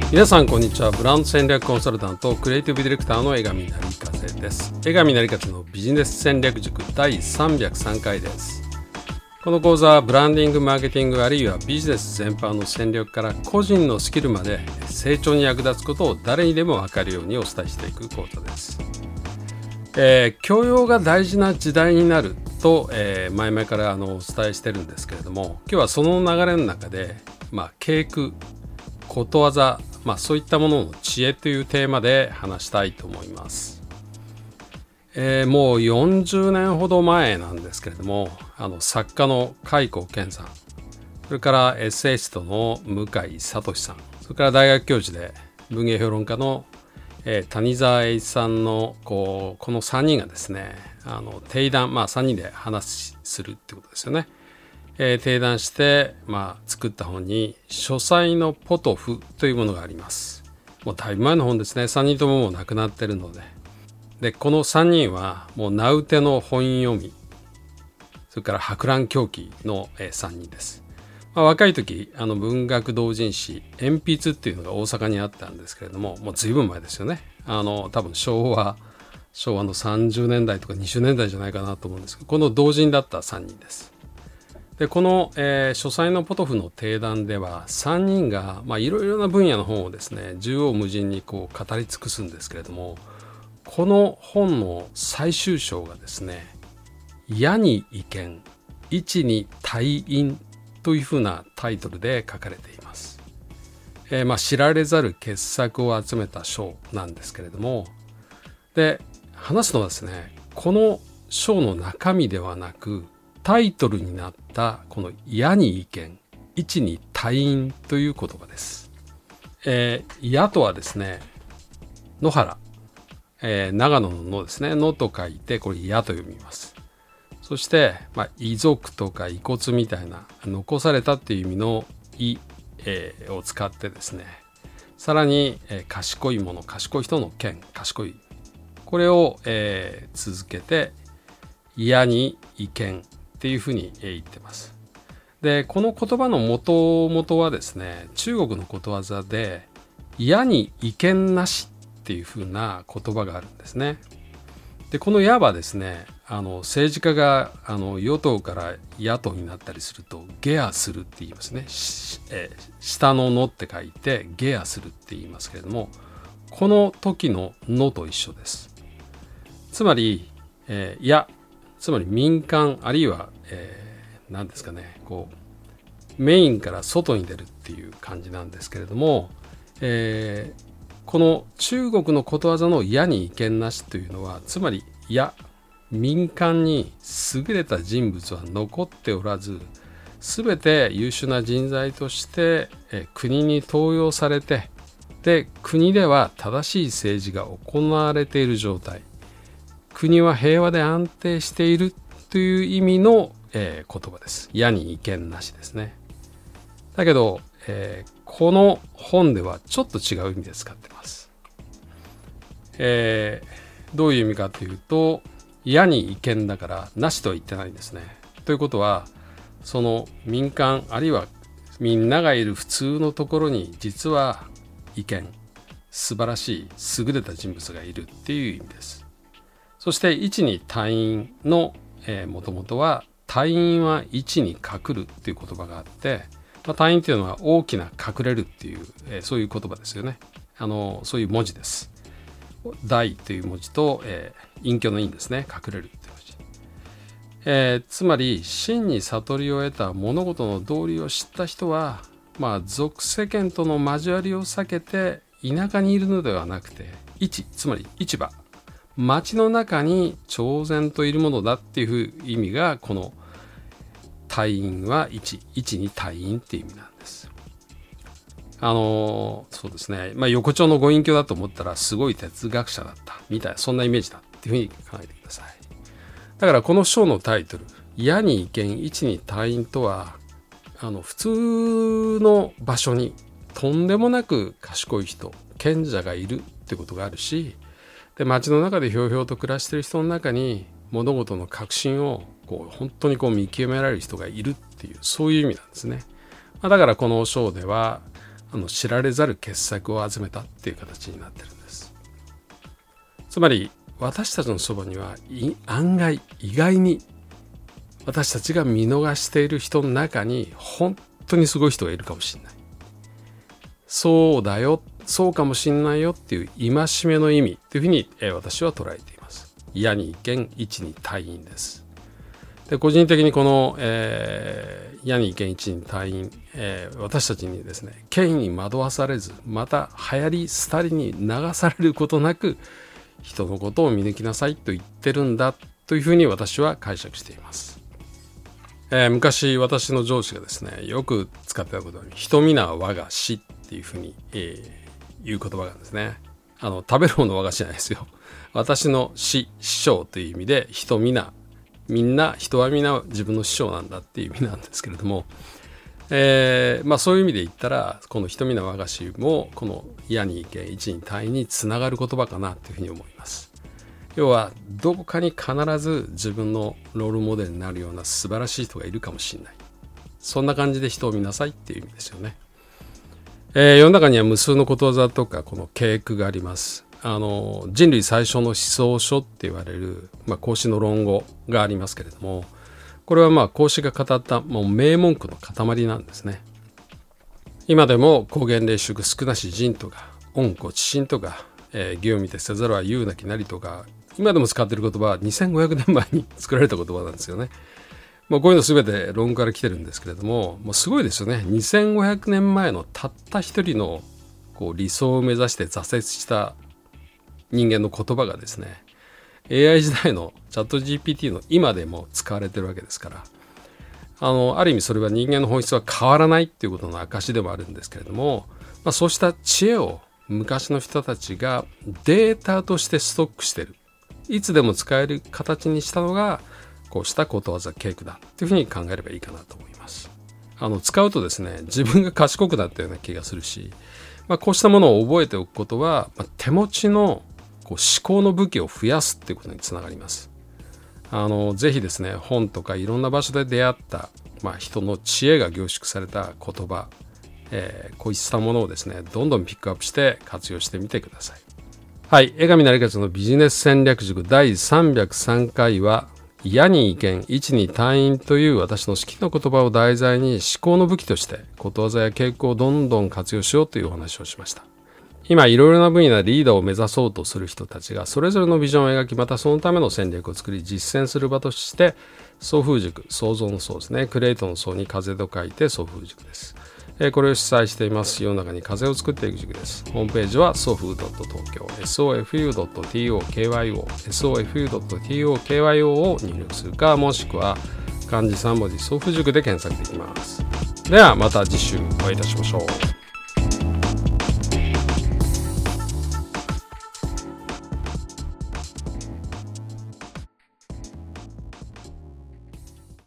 皆さんこんにちは。ブランド戦略コンサルタントクリエイティブディレクターの江上成風です。江上成風のビジネス戦略塾第303回です。この講座はブランディング、マーケティングあるいはビジネス全般の戦略から個人のスキルまで成長に役立つことを誰にでも分かるようにお伝えしていく講座です。教養が大事な時代になると、前々からお伝えしてるんですけれども、今日はその流れの中で、系句、ことわざ、そういったものの知恵というテーマで話したいと思います。もう40年ほど前なんですけれども、作家の開高健さん、それからエッセイストの向井聡さん、それから大学教授で文芸評論家の谷沢栄一さんのこの3人がですね、定談、3人で話するってことですよね。定談して、作った本に書斎のポトフというものがあります。もうだいぶ前の本ですね。3人とももう亡くなってるので、この3人はもう名うての本読み、それから博覧狂気の3人です。若い時文学同人誌鉛筆っていうのが大阪にあったんですけれども、もう随分前ですよね。多分昭和の30年代とか20年代じゃないかなと思うんですけど、この同人だった3人です。でこの、書斎のポトフの定談では3人がいろいろな分野の本をですね、縦横無尽に語り尽くすんですけれども、この本の最終章がですね、野に意見、一に大因というふうなタイトルで書かれています。知られざる傑作を集めた書なんですけれども、で話すのはですね、この書の中身ではなくタイトルになったこの野に意見、一に大因という言葉です。野とはですね、野原、長野の野ですね、野と書いてこれ野と読みます。そして、遺族とか遺骨みたいな残されたっていう意味の意、を使ってですね、さらに、賢いもの、賢い人の見、賢い、これを、続けて野に意見っていうふうに言ってます。でこの言葉の元々はですね、中国のことわざで野に意見なしっていうふうな言葉があるんですね。でこの野はですね、政治家が与党から野党になったりすると下野するって言いますね。下の野って書いて下野するって言いますけれども、この時の野と一緒です。つまり、野、つまり民間あるいは、何ですかね、メインから外に出るっていう感じなんですけれども、この中国のことわざの野に意見なしというのは、つまり民間に優れた人物は残っておらず、すべて優秀な人材として、国に登用されて、で国では正しい政治が行われている状態、国は平和で安定しているという意味の、言葉です。野に意見なしですね。だけど、この本ではちょっと違う意味で使ってます。どういう意味かというと、野に意見だからなしとは言ってないんですね。ということは、その民間あるいはみんながいる普通のところに実は意見、素晴らしい優れた人物がいるっていう意味です。そして一に大因のもともとは大因は一に隠るっていう言葉があって、大因っていうのは大きな隠れるっていう、そういう言葉ですよね。そういう文字です。大という文字と、隠居の隠ですね、隠れるっていう文字、つまり真に悟りを得た物事の道理を知った人は、俗世間との交わりを避けて田舎にいるのではなくて、つまり市場、町の中に超然といるものだっていう意味が、この大因は一に大因っていう意味なんです。そうですね、横丁のご隠居だと思ったらすごい哲学者だったみたいな、そんなイメージだっていうふうに考えてください。だからこの章のタイトル、野に意見一に大因とは、普通の場所にとんでもなく賢い人、賢者がいるってことがあるし、で街の中でひょうひょうと暮らしている人の中に物事の核心を本当に見極められる人がいるっていう、そういう意味なんですね。だからこの章では知られざる傑作を集めたっていう形になってるんです。つまり私たちのそばには案外意外に私たちが見逃している人の中に本当にすごい人がいるかもしれない。そうだよ、そうかもしれないよっていう戒めの意味というふうに私は捉えています。矢に一見一に大員です。で個人的にこの、矢に一見一に大員、私たちにですね権威に惑わされず、また流行り廃りに流されることなく人のことを見抜きなさいと言ってるんだというふうに私は解釈しています。昔私の上司がですねよく使ってた言葉に人皆我が師っていうふうに、いう言葉があるんですね。食べる方の我が師じゃないですよ。私の師匠という意味で人は皆自分の師匠なんだっていう意味なんですけれども、そういう意味で言ったらこの人皆我が師もこの矢に一見一に大につながる言葉かなというふうに思います。要はどこかに必ず自分のロールモデルになるような素晴らしい人がいるかもしれない。そんな感じで人を見なさいっていう意味ですよね。世の中には無数のことわざとかこの啓句があります。人類最初の思想書って言われる、孔子の論語がありますけれども、これは孔子が語ったもう名文句の塊なんですね。今でも公言礼祝少なし仁とか恩子知心とか、義を見てせざるは言うなきなりとか、今でも使っている言葉は2500年前に作られた言葉なんですよね。こういうの全て論から来てるんですけれども、もうすごいですよね。2500年前のたった一人の理想を目指して挫折した人間の言葉がですね AI 時代のチャット GPT の今でも使われてるわけですから、ある意味それは人間の本質は変わらないっていうことの証でもあるんですけれども、そうした知恵を昔の人たちがデータとしてストックしてる、いつでも使える形にしたのがこうしたことわざ啓句だっていうふうに考えればいいかなと思います。使うとですね自分が賢くなったような気がするし、こうしたものを覚えておくことは、手持ちの思考の武器を増やすっていうことにつながります。ぜひですね本とかいろんな場所で出会った、人の知恵が凝縮された言葉、こうしたものをですねどんどんピックアップして活用してみてください。はい、江上成勝のビジネス戦略塾第303回は矢に意見一に単員という私の好きな言葉を題材に思考の武器としてことわざや傾向をどんどん活用しようというお話をしました。今いろいろな分野でリーダーを目指そうとする人たちがそれぞれのビジョンを描き、またそのための戦略を作り実践する場として創風塾、創造の創ですね、クレイトの創に風と書いて創風塾です。これを主催しています。世の中に風を作っていく塾です。ホームページはsofu.tokyo sofu.tokyo sofu.tokyo を入力するか、もしくは漢字3文字ソフ塾で検索できます。ではまた次週お会いいたしましょう。